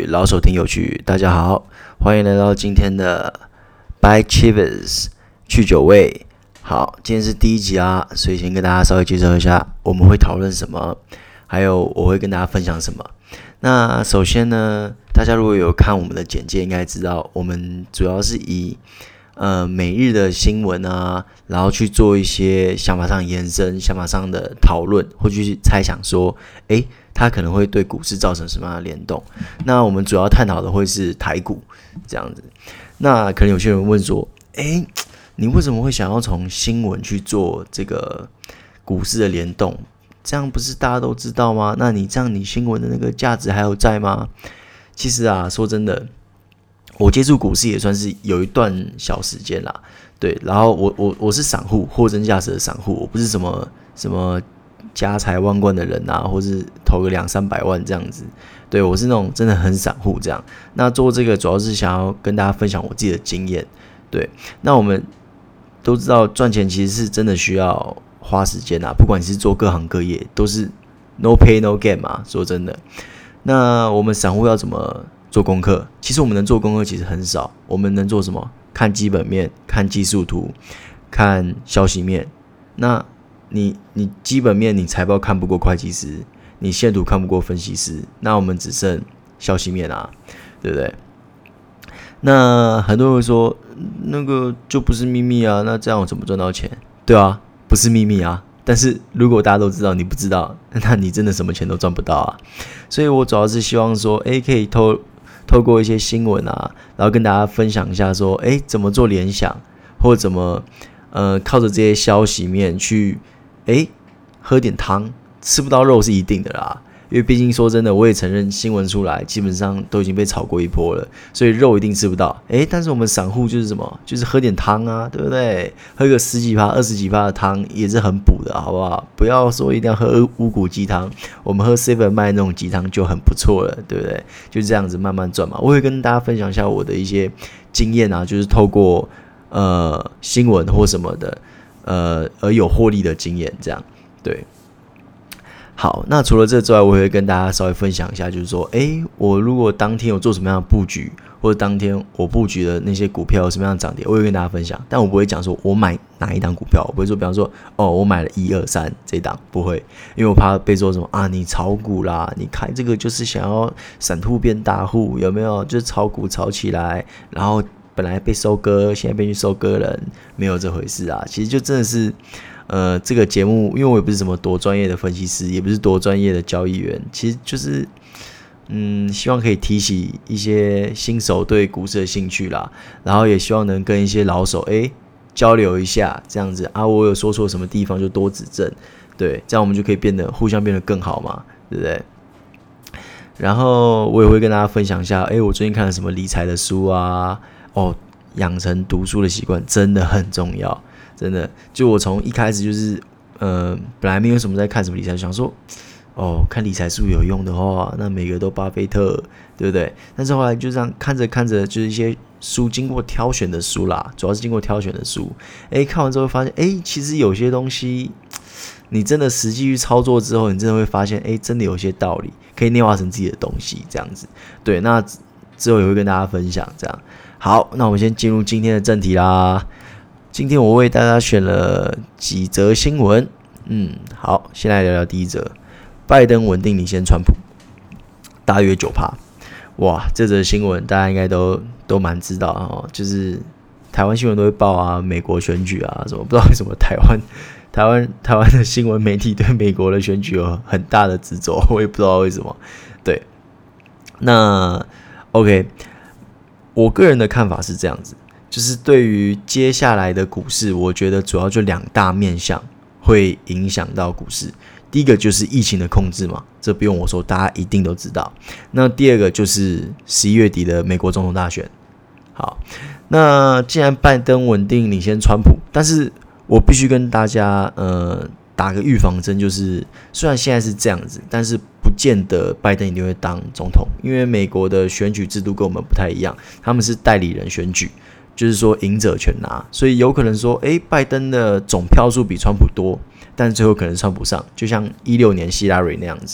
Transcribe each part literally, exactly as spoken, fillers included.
老手听有趣。大家好，欢迎来到今天的 By Chivas 去酒味。好，今天是第一集啊，所以先跟大家稍微介绍一下我们会讨论什么，还有我会跟大家分享什么。那首先呢，大家如果有看我们的简介，应该知道我们主要是以呃每日的新闻啊，然后去做一些想法上延伸、想法上的讨论，或去猜想说，诶，它可能会对股市造成什么样的联动。那我们主要探讨的会是台股这样子。那可能有些人问说，诶，你为什么会想要从新闻去做这个股市的联动？这样不是大家都知道吗？那你这样你新闻的那个价值还有在吗？其实啊，说真的，我接触股市也算是有一段小时间啦，对，然后我我我是散户，货真价实的散户，我不是什么什么家财万贯的人啊，或是投个两三百万这样子，对，我是那种真的很散户这样。那做这个主要是想要跟大家分享我自己的经验，对，那我们都知道赚钱其实是真的需要花时间啊，不管你是做各行各业，都是 no pay no gain 嘛，说真的。那我们散户要怎么做功课？其实我们能做功课其实很少，我们能做什么？看基本面，看技术图，看消息面。那你你基本面你财报看不过会计师，你线图看不过分析师，那我们只剩消息面啊，对不对？那很多人会说那个就不是秘密啊，那这样我怎么赚到钱？对啊，不是秘密啊。但是如果大家都知道你不知道，那你真的什么钱都赚不到啊。所以我主要是希望说，诶，可以透透过一些新闻啊，然后跟大家分享一下说，诶，怎么做联想，或者怎么呃靠着这些消息面去，诶，喝点汤，吃不到肉是一定的啦。因为毕竟说真的，我也承认新闻出来基本上都已经被炒过一波了，所以肉一定吃不到。诶，但是我们散户就是什么，就是喝点汤啊，对不对？喝个十几趴、二十几趴的汤也是很补的，好不好？不要说一定要喝五谷鸡汤，我们喝 seven 卖那种鸡汤就很不错了，对不对？就这样子慢慢赚嘛。我会跟大家分享一下我的一些经验啊，就是透过呃新闻或什么的，呃而有获利的经验，这样对。好，那除了这之外，我也会跟大家稍微分享一下，就是说，诶，我如果当天有做什么样的布局，或者当天我布局的那些股票有什么样的涨跌，我会跟大家分享。但我不会讲说我买哪一档股票，我不会说，比方说，哦，我买了一二三这一档，不会，因为我怕被说什么啊，你炒股啦，你开这个就是想要散户变大户，有没有？就是炒股炒起来，然后本来被收割，现在被去收割人，没有这回事啊。其实就真的是。呃，这个节目，因为我也不是什么多专业的分析师，也不是多专业的交易员，其实就是，嗯，希望可以提起一些新手对股市的兴趣啦，然后也希望能跟一些老手诶交流一下，这样子啊，我有说错什么地方就多指正，对，这样我们就可以变得互相变得更好嘛，对不对？然后我也会跟大家分享一下，诶，我最近看了什么理财的书啊，哦，养成读书的习惯真的很重要。真的，就我从一开始就是，呃，本来没有什么在看什么理财，想说，哦，看理财书有用的话，那每个都巴菲特，对不对？但是后来就这样看着看着，就是一些书经过挑选的书啦，主要是经过挑选的书，哎，看完之后发现，哎，其实有些东西，你真的实际去操作之后，你真的会发现，哎，真的有些道理可以内化成自己的东西，这样子。对，那之后也会跟大家分享，这样。好，那我们先进入今天的正题啦。今天我为大家选了几则新闻，嗯，好，先来聊聊第一则，拜登稳定领先川普，大约 百分之九， 哇，这则新闻大家应该都都蛮知道哦，就是台湾新闻都会报啊，美国选举啊什么，不知道为什么台湾台湾台湾的新闻媒体对美国的选举有很大的执着，我也不知道为什么。对，那 OK， 我个人的看法是这样子。就是对于接下来的股市，我觉得主要就两大面向会影响到股市。第一个就是疫情的控制嘛，这不用我说，大家一定都知道。那第二个就是十一月底的美国总统大选。好，那既然拜登稳定领先川普，但是我必须跟大家呃打个预防针，就是虽然现在是这样子，但是不见得拜登一定会当总统，因为美国的选举制度跟我们不太一样，他们是代理人选举。就是说赢者全拿，所以有可能说，诶，拜登的总票数比川普多，但最后可能算不上，就像一六年希拉蕊那样子，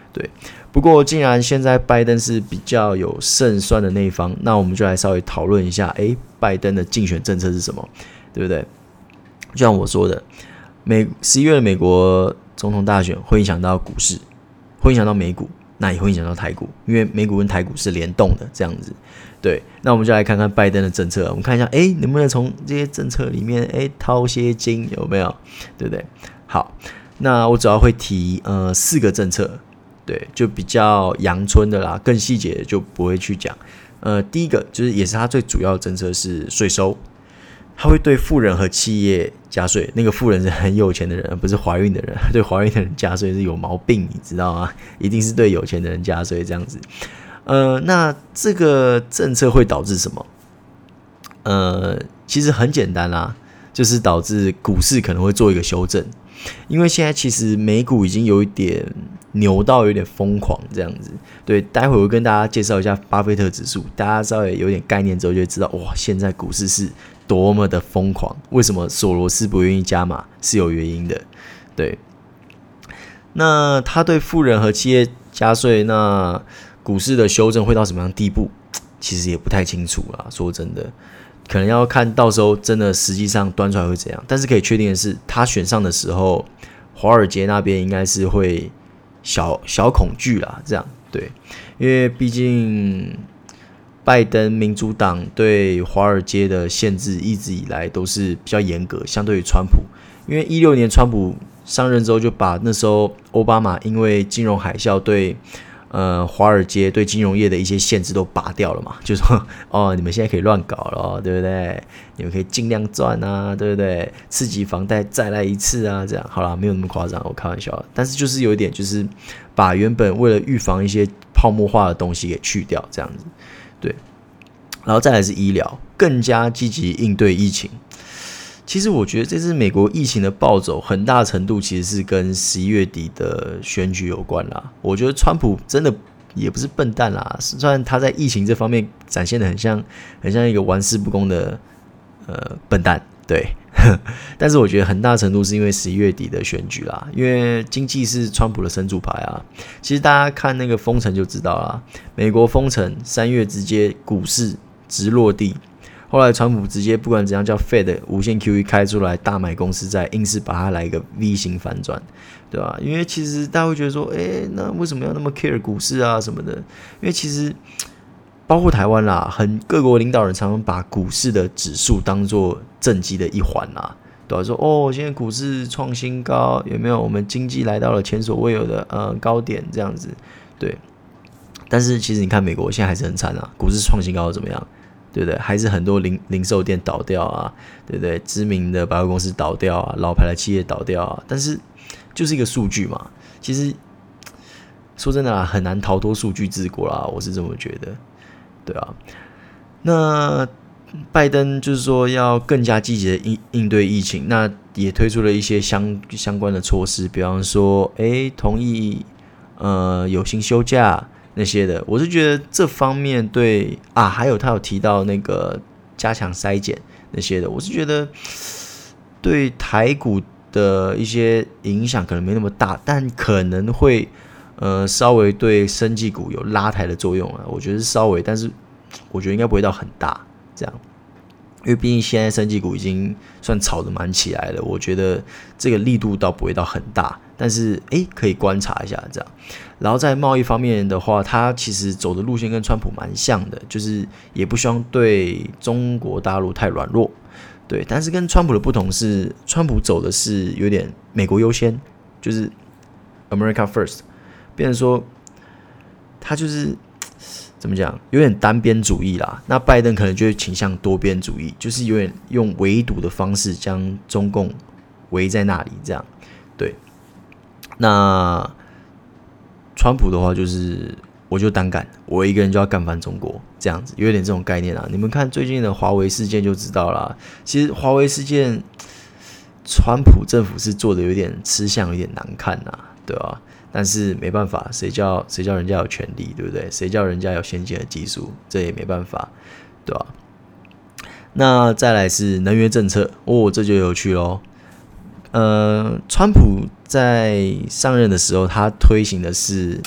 对，不过既然现在拜登是比较有胜算的那一方，那我们就来稍微讨论一下，诶，拜登的竞选政策是什么，对不对？就像我说的，美十一月的美国总统大选会影响到股市，会影响到美股，那也会影响到台股，因为美股跟台股是联动的，这样子。对，那我们就来看看拜登的政策，我们看一下，诶，能不能从这些政策里面，诶，掏些金，有没有？对不对？好，那我主要会提呃四个政策。对，就比较阳春的啦，更细节就不会去讲。呃，第一个就是也是他最主要的政策是税收，他会对富人和企业加税。那个富人是很有钱的人，不是怀孕的人。对怀孕的人加税是有毛病，你知道吗？一定是对有钱的人加税这样子。呃，那这个政策会导致什么？呃，其实很简单啦，就是导致股市可能会做一个修正。因为现在其实美股已经有一点牛到有点疯狂这样子，对，待会我会跟大家介绍一下巴菲特指数，大家稍微有点概念之后就会知道，哇，现在股市是多么的疯狂，为什么索罗斯不愿意加码是有原因的，对。那他对富人和企业加税，那股市的修正会到什么样的地步？其实也不太清楚啦，说真的。可能要看到时候真的实际上端出来会怎样，但是可以确定的是，他选上的时候，华尔街那边应该是会小小恐惧啦，这样对，因为毕竟拜登民主党对华尔街的限制一直以来都是比较严格，相对于川普，因为一六年川普上任之后就把那时候奥巴马因为金融海啸对。呃，华尔街对金融业的一些限制都拔掉了嘛，就说哦，你们现在可以乱搞了、哦，对不对？你们可以尽量赚啊，对不对？刺激房贷再来一次啊，这样好啦，没有那么夸张，我开玩笑。但是就是有一点，就是把原本为了预防一些泡沫化的东西给去掉，这样子，对。然后再来是医疗，更加积极应对疫情。其实我觉得这次美国疫情的暴走，很大程度其实是跟十一月底的选举有关啦。我觉得川普真的也不是笨蛋啦，虽然他在疫情这方面展现的很像很像一个玩世不恭的呃笨蛋，对。但是我觉得很大程度是因为十一月底的选举啦，因为经济是川普的神主牌啊。其实大家看那个封城就知道啦，美国封城三月直接股市直落地。后来川普直接不管怎样叫 Fed 无限 Q E 开出来大买公司债，硬是把它来一个 V 型反转，对吧？因为其实大家会觉得说，诶，那为什么要那么 care 股市啊什么的？因为其实包括台湾啦，很各国领导人常常把股市的指数当作政绩的一环啦，对吧？说哦，现在股市创新高，有没有？我们经济来到了前所未有的呃高点，这样子，对。但是其实你看美国现在还是很惨啊，股市创新高怎么样？对不对？还是很多 零, 零售店倒掉啊，对不对？知名的百货公司倒掉啊，老牌的企业倒掉啊，但是就是一个数据嘛。其实说真的啦，很难逃脱数据治国啦，我是这么觉得，对啊。那拜登就是说要更加积极的应应对疫情，那也推出了一些相相关的措施，比方说，哎，同意呃有薪休假。那些的，我是觉得这方面对啊，还有他有提到那个加强筛检那些的，我是觉得对台股的一些影响可能没那么大，但可能会呃稍微对生技股有拉抬的作用啊。我觉得是稍微，但是我觉得应该不会到很大这样，因为毕竟现在生技股已经算炒得蛮起来了，我觉得这个力度倒不会到很大。但是，诶，可以观察一下这样。然后在贸易方面的话，他其实走的路线跟川普蛮像的，就是也不希望对中国大陆太软弱，对。但是跟川普的不同是，川普走的是有点美国优先，就是 America First， 变成说他就是怎么讲，有点单边主义啦。那拜登可能就会倾向多边主义，就是有点用围堵的方式将中共围在那里，这样，对。那川普的话就是我就单干，我一个人就要干翻中国，这样子有点这种概念啊。你们看最近的华为事件就知道啦。其实华为事件，川普政府是做的有点吃相，有点难看呐、啊，对吧？但是没办法，谁叫谁叫人家有权利，对不对？谁叫人家有先进的技术，这也没办法，对吧？那再来是能源政策，哦，这就有趣咯。呃，川普在上任的时候，他推行的是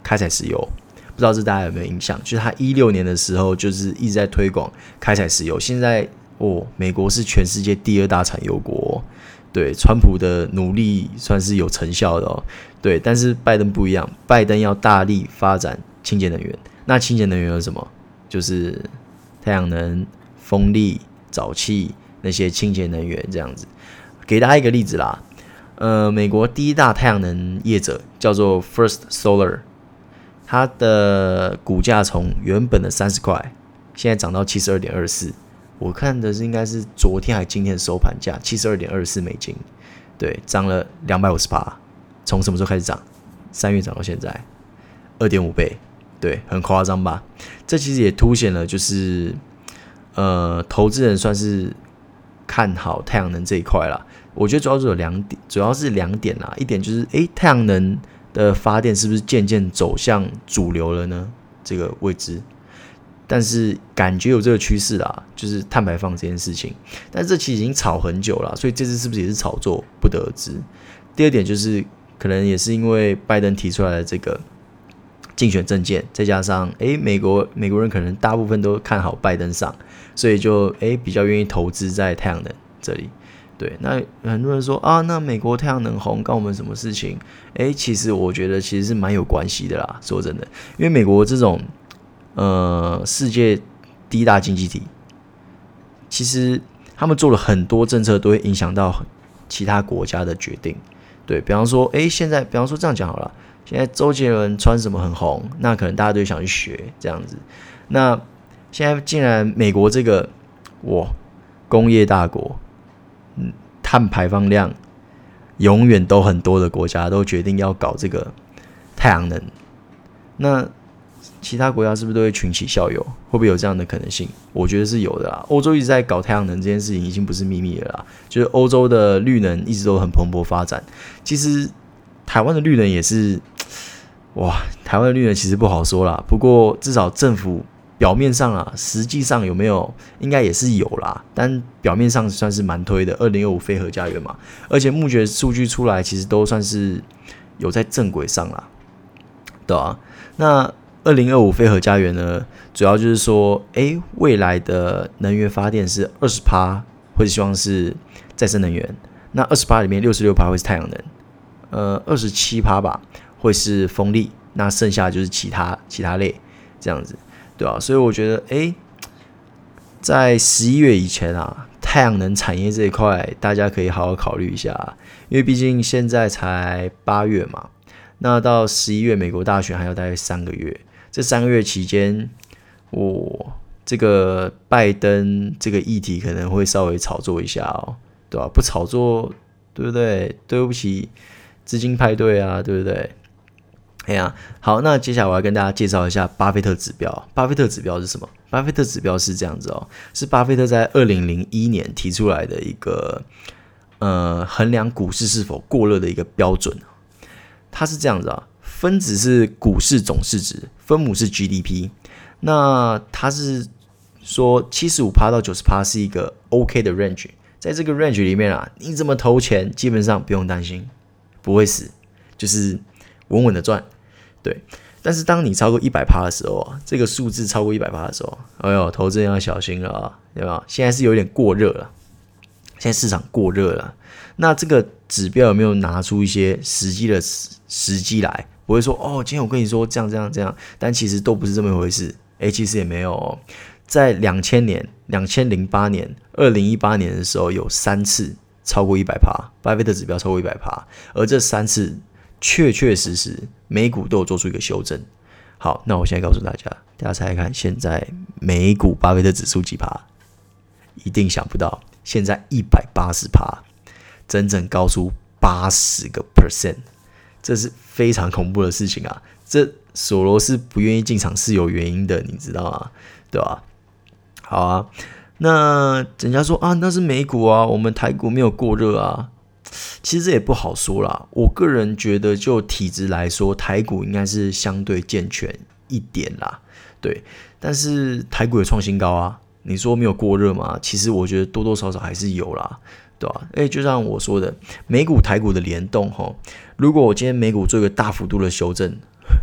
开采石油，不知道这大家有没有印象？就是他一六年的时候，就是一直在推广开采石油。现在哦，美国是全世界第二大产油国、哦，对，川普的努力算是有成效的哦。对，但是拜登不一样，拜登要大力发展清洁能源。那清洁能源有什么？就是太阳能、风力、沼气那些清洁能源这样子。给大家一个例子啦，呃，美国第一大太阳能业者叫做 First Solar， 它的股价从原本的三十块，现在涨到 七十二点二四。我看的是应该是昨天还今天的收盘价 七十二点二四美金，对，涨了 百分之两百五十。从什么时候开始涨？三月涨到现在 二点五倍，对，很夸张吧？这其实也凸显了就是呃，投资人算是看好太阳能这一块啦。我觉得主要是有两点，主要是两点啦。一点就是，诶，太阳能的发电是不是渐渐走向主流了呢？这个未知。但是感觉有这个趋势啦，就是碳排放这件事情，但是这其实已经炒很久了，所以这次是不是也是炒作，不得而知。第二点就是，可能也是因为拜登提出来的这个竞选政见，再加上诶美国美国人可能大部分都看好拜登上，所以就诶比较愿意投资在太阳能这里。对，那很多人说啊，那美国太阳能红干我们什么事情？诶，其实我觉得其实是蛮有关系的啦，说真的，因为美国这种。呃，世界第一大经济体，其实他们做了很多政策，都会影响到其他国家的决定。对，比方说，哎，现在比方说这样讲好了，现在周杰伦穿什么很红，那可能大家都想去学这样子。那现在竟然美国这个哇工业大国，嗯，碳排放量永远都很多的国家，都决定要搞这个太阳能，那。其他国家是不是都会群起效尤？会不会有这样的可能性？我觉得是有的啦。欧洲一直在搞太阳能这件事情，已经不是秘密了啦。就是欧洲的绿能一直都很蓬勃发展。其实台湾的绿能也是，哇，台湾的绿能其实不好说啦。不过至少政府表面上啊，实际上有没有，应该也是有啦。但表面上算是蛮推的，二零二五非核家园嘛。而且目前数据出来，其实都算是有在正轨上啦，对啊，那二零二五非核家园呢，主要就是说，哎，未来的能源发电是 百分之二十， 会希望是再生能源，那 百分之二十 里面 百分之六十六 会是太阳能，呃 百分之二十七 吧会是风力，那剩下就是其他其他类这样子，对吧、啊？所以我觉得，哎，在十一月以前啊，太阳能产业这一块，大家可以好好考虑一下，因为毕竟现在才八月嘛，那到十一月美国大选还有大概三个月。这三个月期间，我、哦、这个拜登这个议题可能会稍微炒作一下哦，对吧、啊？不炒作，对不对？对不起，资金派对啊，对不对？哎呀，好，那接下来我要跟大家介绍一下巴菲特指标。巴菲特指标是什么？巴菲特指标是这样子哦，是巴菲特在二零零一年提出来的一个呃衡量股市是否过热的一个标准。它是这样子啊。分子是股市总市值，分母是 G D P。那它是说 百分之七十五 到 百分之九十 是一个 OK 的 range， 在这个 range 里面啊，你怎么投钱基本上不用担心，不会死，就是稳稳的赚。对，但是当你超过 百分之一百 的时候啊，这个数字超过 百分之一百 的时候，哎呦，投资人要小心了啊，对吧？现在是有点过热了，现在市场过热了。那这个指标有没有拿出一些实际的时机来？不会说哦，今天我跟你说这样这样这样，但其实都不是这么一回事。哎，其实也没有哦。在两千年、两千零八年、二零一八年的时候，有三次超过 百分之一百， 巴菲特指标超过 百分之一百， 而这三次确确实实美股都有做出一个修正。好，那我现在告诉大家，大家猜猜看，现在美股巴菲特指数几趴？一定想不到，现在 百分之一百八十， 整整高出八十个 percent。这是非常恐怖的事情啊！这索罗斯不愿意进场是有原因的，你知道吗？对吧？好啊，那人家说啊，那是美股啊，我们台股没有过热啊。其实这也不好说啦。我个人觉得，就体质来说，台股应该是相对健全一点啦。对，但是台股也创新高啊。你说没有过热吗？其实我觉得多多少少还是有啦。对吧？哎，就像我说的，美股台股的联动齁，如果我今天美股做一个大幅度的修正，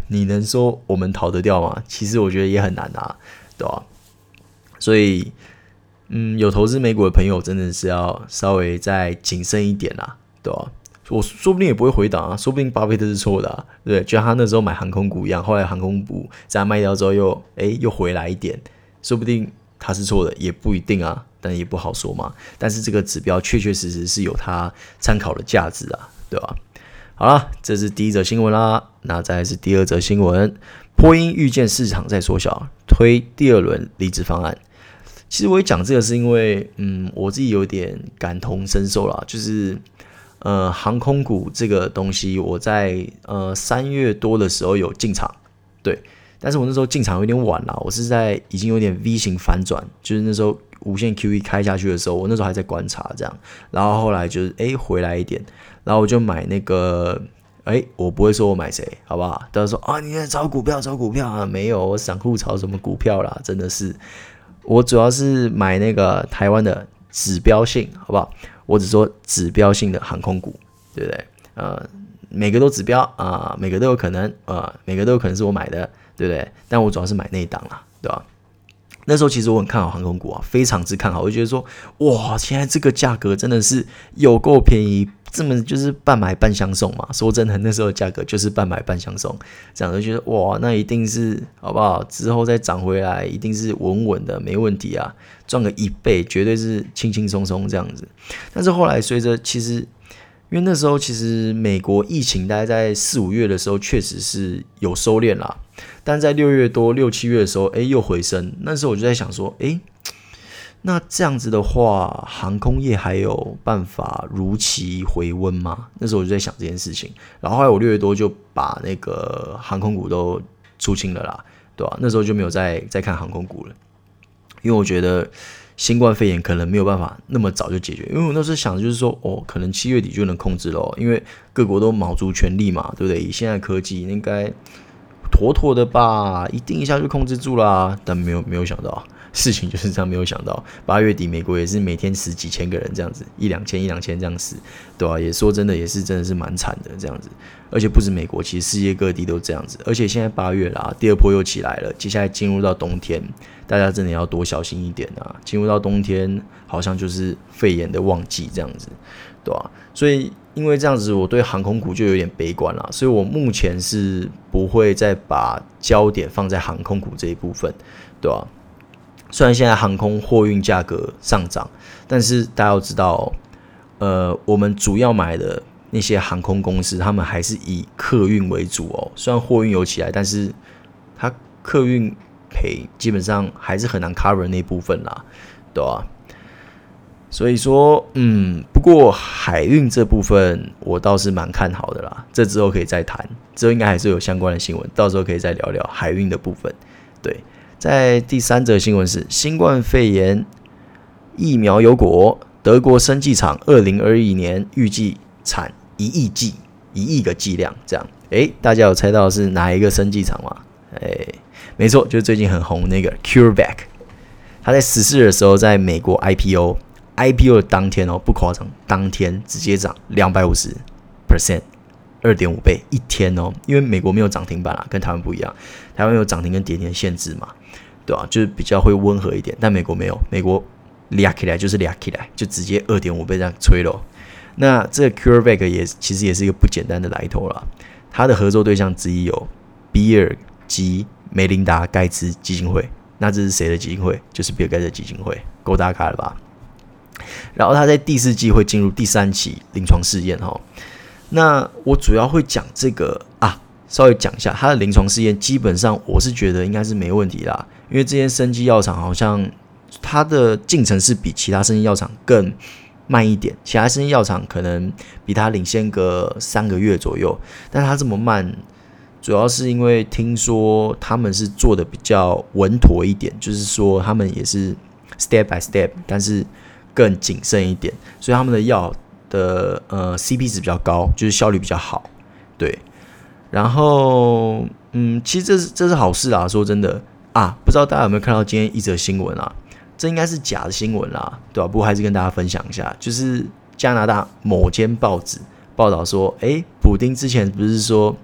你能说我们逃得掉吗？其实我觉得也很难啊，对吧？所以，嗯，有投资美股的朋友真的是要稍微再谨慎一点啦，对吧？我说不定也不会回档啊，说不定巴菲特是错的啊，对不对？就像他那时候买航空股一样，后来航空股在卖掉之后又诶又回来一点，说不定他是错的，也不一定啊，但也不好说嘛。但是这个指标确确实实是有它参考的价值啊，对吧？好啦，这是第一则新闻啦，那再来是第二则新闻，波音预见市场在缩小，推第二轮离职方案。其实我也讲这个是因为，嗯，我自己有点感同身受啦，就是呃，航空股这个东西，我在呃三月多的时候有进场，对，但是我那时候进场有点晚啦，我是在已经有点 V 型反转，就是那时候无限 Q E 开下去的时候，我那时候还在观察这样，然后后来就是哎回来一点，然后我就买那个，哎，我不会说我买谁，好不好？大家说啊，你在炒股票，炒股票啊？没有，我散户炒什么股票啦？真的是，我主要是买那个台湾的指标性，好不好？我只说指标性的航空股，对不对？呃，每个都指标啊、呃，每个都有可能，呃，每个都有可能是我买的，对不对？但我主要是买那一档啦，对吧？那时候其实我很看好航空股啊，非常之看好，我就觉得说，哇，现在这个价格真的是有够便宜，这么就是半买半相送嘛。说真的，那时候的价格就是半买半相送，这样就觉得哇，那一定是好不好？之后再涨回来，一定是稳稳的，没问题啊，赚个一倍，绝对是轻轻松松这样子。但是后来随着其实。因为那时候其实美国疫情大概在四五月的时候确实是有收敛啦，但在六月多六七月的时候，哎又回升。那时候我就在想说，哎，那这样子的话，航空业还有办法如期回温吗？那时候我就在想这件事情。然后后来我六月多就把那个航空股都出清了啦，对吧？那时候就没有再再看航空股了，因为我觉得。新冠肺炎可能没有办法那么早就解决，因为我那时候想的就是说，哦，可能七月底就能控制了、哦，因为各国都卯足全力嘛，对不对？以现在科技应该妥妥的吧，一定一下就控制住啦。但没有没有想到，事情就是这样，没有想到八月底美国也是每天死几千个人这样子，一两千一两千这样死，对吧、啊？也说真的也是真的是蛮惨的这样子，而且不止美国，其实世界各地都这样子。而且现在八月啦，第二波又起来了，接下来进入到冬天。大家真的要多小心一点啊！进入到冬天，好像就是肺炎的旺季这样子，对吧、啊？所以因为这样子，我对航空股就有点悲观了，所以我目前是不会再把焦点放在航空股这一部分，对吧、啊？虽然现在航空货运价格上涨，但是大家要知道，呃，我们主要买的那些航空公司，他们还是以客运为主哦。虽然货运有起来，但是它客运赔基本上还是很难 cover 那部分啦，对吧、啊？所以说，嗯，不过海运这部分我倒是蛮看好的啦，这之后可以再谈，之后应该还是有相关的新闻，到时候可以再聊聊海运的部分。对，在第三则新闻是新冠肺炎疫苗有果，德国生技厂二零二一年预计产一亿剂，一亿个剂量，这样，诶，大家有猜到是哪一个生技厂吗？诶。没错，就是最近很红那个 CureVac， 他在十四日的时候在美国 I P O，I P O 的当天哦，不夸张，当天直接涨 百分之两百五十 二点五 倍一天哦，因为美国没有涨停板啦，跟台湾不一样，台湾有涨停跟跌停的限制嘛，对吧、啊？就是比较会温和一点，但美国没有，美国俩起来就是俩起来，就直接 二点五 倍这样吹了。那这个 CureVac 也其实也是一个不简单的来头啦，它的合作对象之一有比尔及梅琳达盖茨基金会，那这是谁的基金会？就是比尔盖茨基金会，够大咖了吧？然后他在第四季会进入第三期临床试验哈。那我主要会讲这个啊，稍微讲一下他的临床试验，基本上我是觉得应该是没问题啦，因为这间生技药厂好像它的进程是比其他生技药厂更慢一点，其他生技药厂可能比它领先个三个月左右，但它这么慢。主要是因为听说他们是做的比较稳妥一点，就是说他们也是 step by step， 但是更谨慎一点，所以他们的药的呃 C P 值比较高，就是效率比较好，对。然后嗯，其实这是这是好事啦，说真的啊，不知道大家有没有看到今天一则新闻啊？这应该是假的新闻啦，对吧、啊？不过还是跟大家分享一下，就是加拿大某间报纸报道说，哎，普丁之前不是说。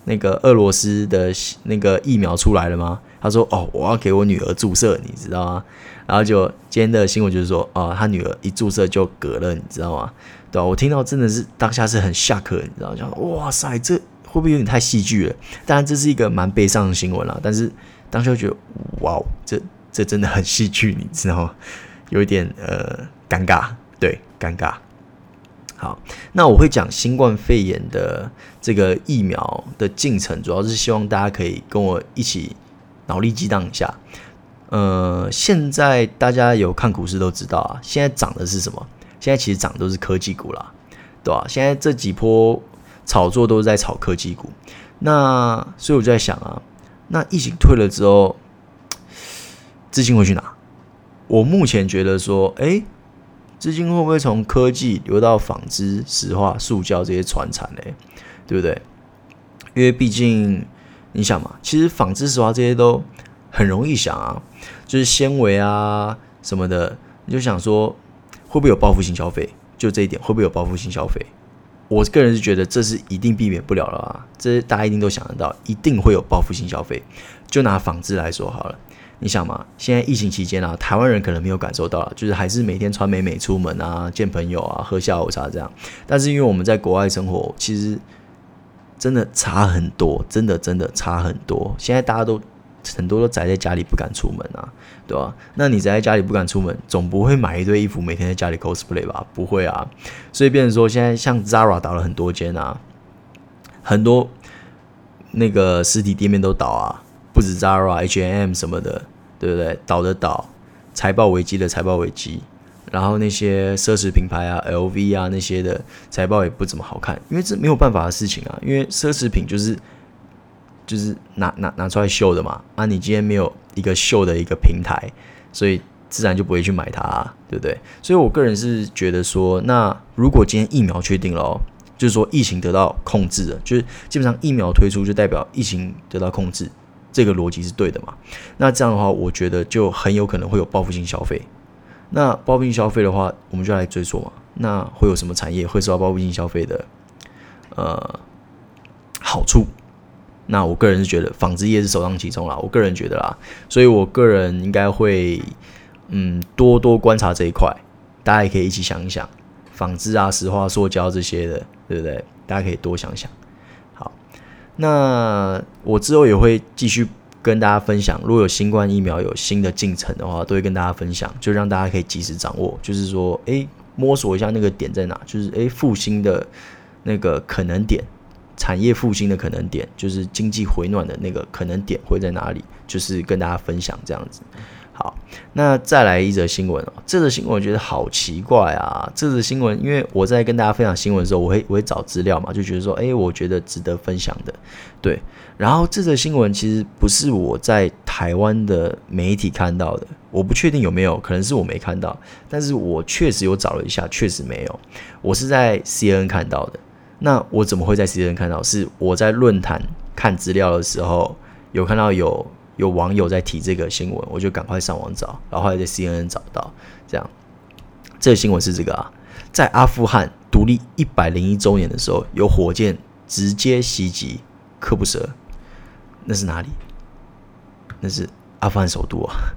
那个俄罗斯的那个疫苗出来了吗？他说哦，我要给我女儿注射，你知道吗？然后就今天的新闻就是说，哦，他女儿一注射就嗝了，你知道吗？对吧？我听到真的是当下是很吓客，你知道吗？就哇塞，这会不会有点太戏剧了？当然这是一个蛮悲伤的新闻啦，但是当时就觉得哇，这这真的很戏剧，你知道吗？有一点呃尴尬，对，尴尬。好，那我会讲新冠肺炎的这个疫苗的进程，主要是希望大家可以跟我一起脑力激荡一下。呃，现在大家有看股市都知道啊，现在涨的是什么？现在其实涨的都是科技股啦，对吧？现在这几波炒作都是在炒科技股，那所以我就在想啊，那疫情退了之后，资金会去哪？我目前觉得说，哎，资金会不会从科技流到纺织、石化、塑胶这些传产嘞？对不对？因为毕竟你想嘛，其实纺织、石化这些都很容易想啊，就是纤维啊什么的，你就想说会不会有报复性消费？就这一点会不会有报复性消费？我个人是觉得这是一定避免不了了啊，这大家一定都想得到，一定会有报复性消费。就拿纺织来说好了，你想嘛，现在疫情期间啊，台湾人可能没有感受到了，就是还是每天穿美美出门啊，见朋友啊，喝下午茶这样。但是因为我们在国外生活，其实真的差很多，真的真的差很多。现在大家都很多都宅在家里不敢出门啊，对吧？那你宅在家里不敢出门，总不会买一堆衣服每天在家里 cosplay 吧？不会啊。所以变成说，现在像 Zara 倒了很多间啊，很多那个实体店面都倒啊，不止 Zara、H and M 什么的，对不对？倒的倒，财报危机的财报危机，然后那些奢侈品牌啊 ，L V 啊那些的财报也不怎么好看，因为这没有办法的事情啊，因为奢侈品就是就是拿拿拿出来秀的嘛，啊，你今天没有一个秀的一个平台，所以自然就不会去买它啊，对不对？所以我个人是觉得说，那如果今天疫苗确定了哦，就是说疫情得到控制了，就是基本上疫苗推出就代表疫情得到控制，这个逻辑是对的嘛？那这样的话，我觉得就很有可能会有报复性消费。那报复性消费的话，我们就来追溯嘛。那会有什么产业会受到报复性消费的呃好处？那我个人是觉得纺织业是首当其冲啦，我个人觉得啦，所以我个人应该会嗯多多观察这一块，大家也可以一起想一想，纺织啊、石化、塑胶这些的，对不对？大家可以多想想。好，那我之后也会继续跟大家分享，如果有新冠疫苗有新的进程的话，都会跟大家分享，就让大家可以及时掌握，就是说，哎，摸索一下那个点在哪，就是哎复兴的那个可能点。产业复兴的可能点，就是经济回暖的那个可能点会在哪里，就是跟大家分享这样子。好，那再来一则新闻哦，这则新闻我觉得好奇怪啊！这则新闻，因为我在跟大家分享新闻的时候，我会我会找资料嘛，就觉得说，哎，我觉得值得分享的，对。然后这则新闻其实不是我在台湾的媒体看到的，我不确定有没有，可能是我没看到，但是我确实有找了一下，确实没有，我是在 C N N 看到的。那我怎么会在 C N N 看到？是我在论坛看资料的时候，有看到有有网友在提这个新闻，我就赶快上网找，然后后来在 C N N 找到。这样，这个新闻是这个啊，在阿富汗独立一百零一周年的时候，有火箭直接袭击科布什，那是哪里？那是阿富汗首都啊。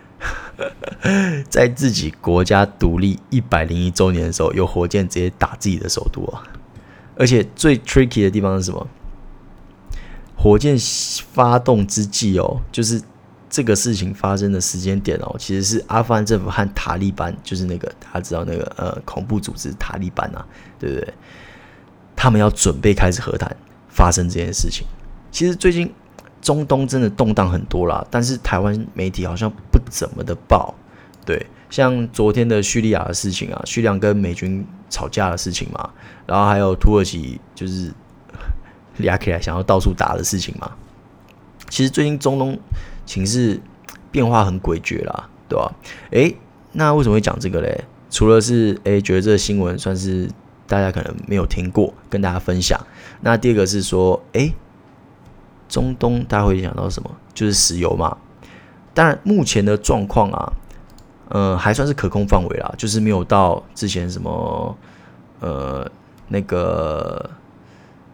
在自己国家独立一百零一周年的时候，有火箭直接打自己的首都啊！而且最 tricky 的地方是什么？火箭发动之际哦，就是这个事情发生的时间点哦，其实是阿富汗政府和塔利班，就是那个大家知道那个呃恐怖组织塔利班啊，对不对？他们要准备开始和谈，发生这件事情。其实最近中东真的动荡很多啦，但是台湾媒体好像不怎么的报，对。像昨天的叙利亚的事情啊，叙利亚跟美军吵架的事情嘛，然后还有土耳其就是俩起来想要到处打的事情嘛。其实最近中东情势变化很诡谲啦，对吧？诶，那为什么会讲这个嘞？除了是诶觉得这个新闻算是大家可能没有听过，跟大家分享。那第二个是说，诶，中东大家会想到什么？就是石油嘛。当然，目前的状况啊。呃，还算是可控范围啦，就是没有到之前什么呃那个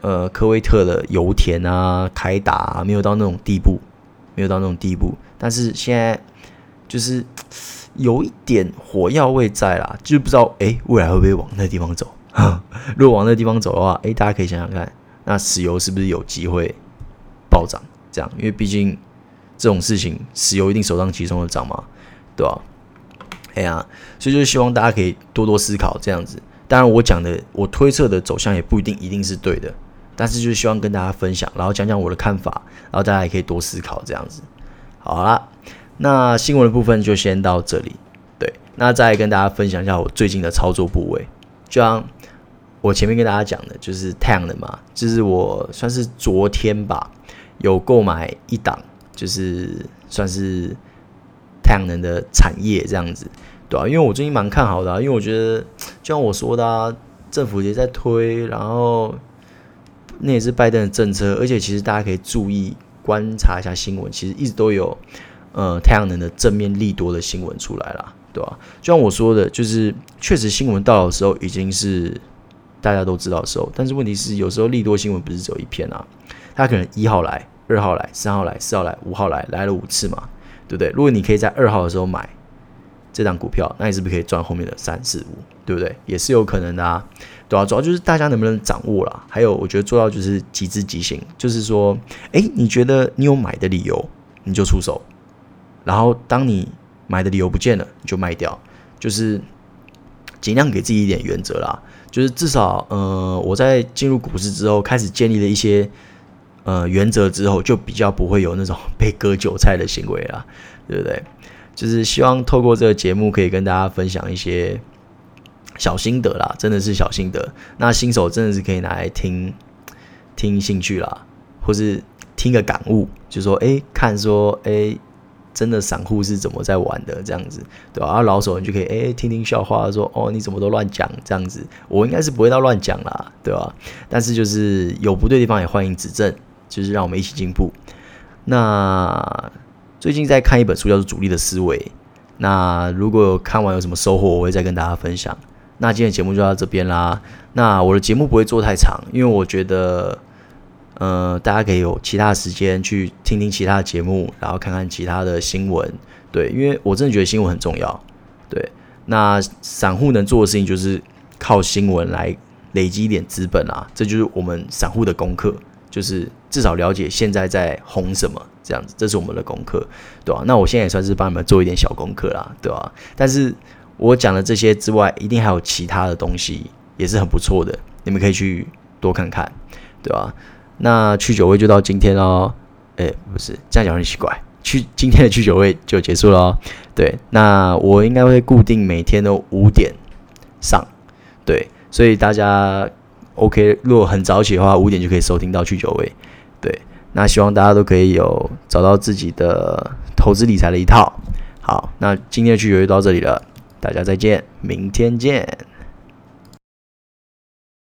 呃科威特的油田啊、开打啊，没有到那种地步，没有到那种地步。但是现在就是有一点火药味在啦，就是不知道哎未来会不会往那个地方走。如果往那个地方走的话，哎，大家可以想想看，那石油是不是有机会暴涨？这样，因为毕竟这种事情，石油一定首当其冲的涨嘛，对吧？哎呀，所以就是希望大家可以多多思考这样子。当然，我讲的，我推测的走向也不一定一定是对的，但是就是希望跟大家分享，然后讲讲我的看法，然后大家也可以多思考这样子。好啦，那新闻的部分就先到这里。对，那再来跟大家分享一下我最近的操作部位，就像我前面跟大家讲的，就是太阳能嘛，就是我算是昨天吧，有购买一档，就是算是太阳能的产业这样子，对啊，因为我最近蛮看好的、啊，因为我觉得就像我说的啊，政府也在推，然后那也是拜登的政策，而且其实大家可以注意观察一下新闻，其实一直都有呃太阳能的正面利多的新闻出来啦，对吧、啊？就像我说的，就是确实新闻到的时候已经是大家都知道的时候，但是问题是有时候利多新闻不是只有一篇啊，它可能一号来、二号来、三号来、四号来、五号来，来了五次嘛，对不对？如果你可以在二号的时候买这档股票，那你是不是可以赚后面的三四五，对不对？也是有可能的啊，对啊，主要就是大家能不能掌握啦，还有我觉得做到就是即知即行，就是说，哎，你觉得你有买的理由，你就出手，然后当你买的理由不见了，你就卖掉，就是尽量给自己一点原则啦，就是至少呃我在进入股市之后，开始建立了一些呃原则之后，就比较不会有那种被割韭菜的行为啦，对不对？就是希望透过这个节目可以跟大家分享一些小心得啦，真的是小心得。那新手真的是可以拿来听听兴趣啦，或是听个感悟，就说哎，看说哎，真的散户是怎么在玩的这样子，对吧？然后老手你就可以哎听听笑话，说哦你怎么都乱讲这样子，我应该是不会到乱讲啦，对吧？但是就是有不对的地方也欢迎指正，就是让我们一起进步。那最近在看一本书叫做《主力的思维》，那如果有看完有什么收获，我会再跟大家分享。那今天的节目就到这边啦。那我的节目不会做太长，因为我觉得，呃，大家可以有其他的时间去听听其他的节目，然后看看其他的新闻。对，因为我真的觉得新闻很重要。对，那散户能做的事情就是靠新闻来累积一点资本啊，这就是我们散户的功课，就是至少了解现在在红什么。这样子，这是我们的功课，对吧、啊？那我现在也算是帮你们做一点小功课啦，对吧、啊？但是我讲的这些之外，一定还有其他的东西，也是很不错的，你们可以去多看看，对吧、啊？那去酒味就到今天咯，哎，不是这样讲很奇怪，去今天的去酒味就结束咯。对，那我应该会固定每天都五点上，对，所以大家 OK， 如果很早起的话，五点就可以收听到去酒味，对。那希望大家都可以有找到自己的投资理财的一套。好，那今天的聚会就到这里了，大家再见，明天见。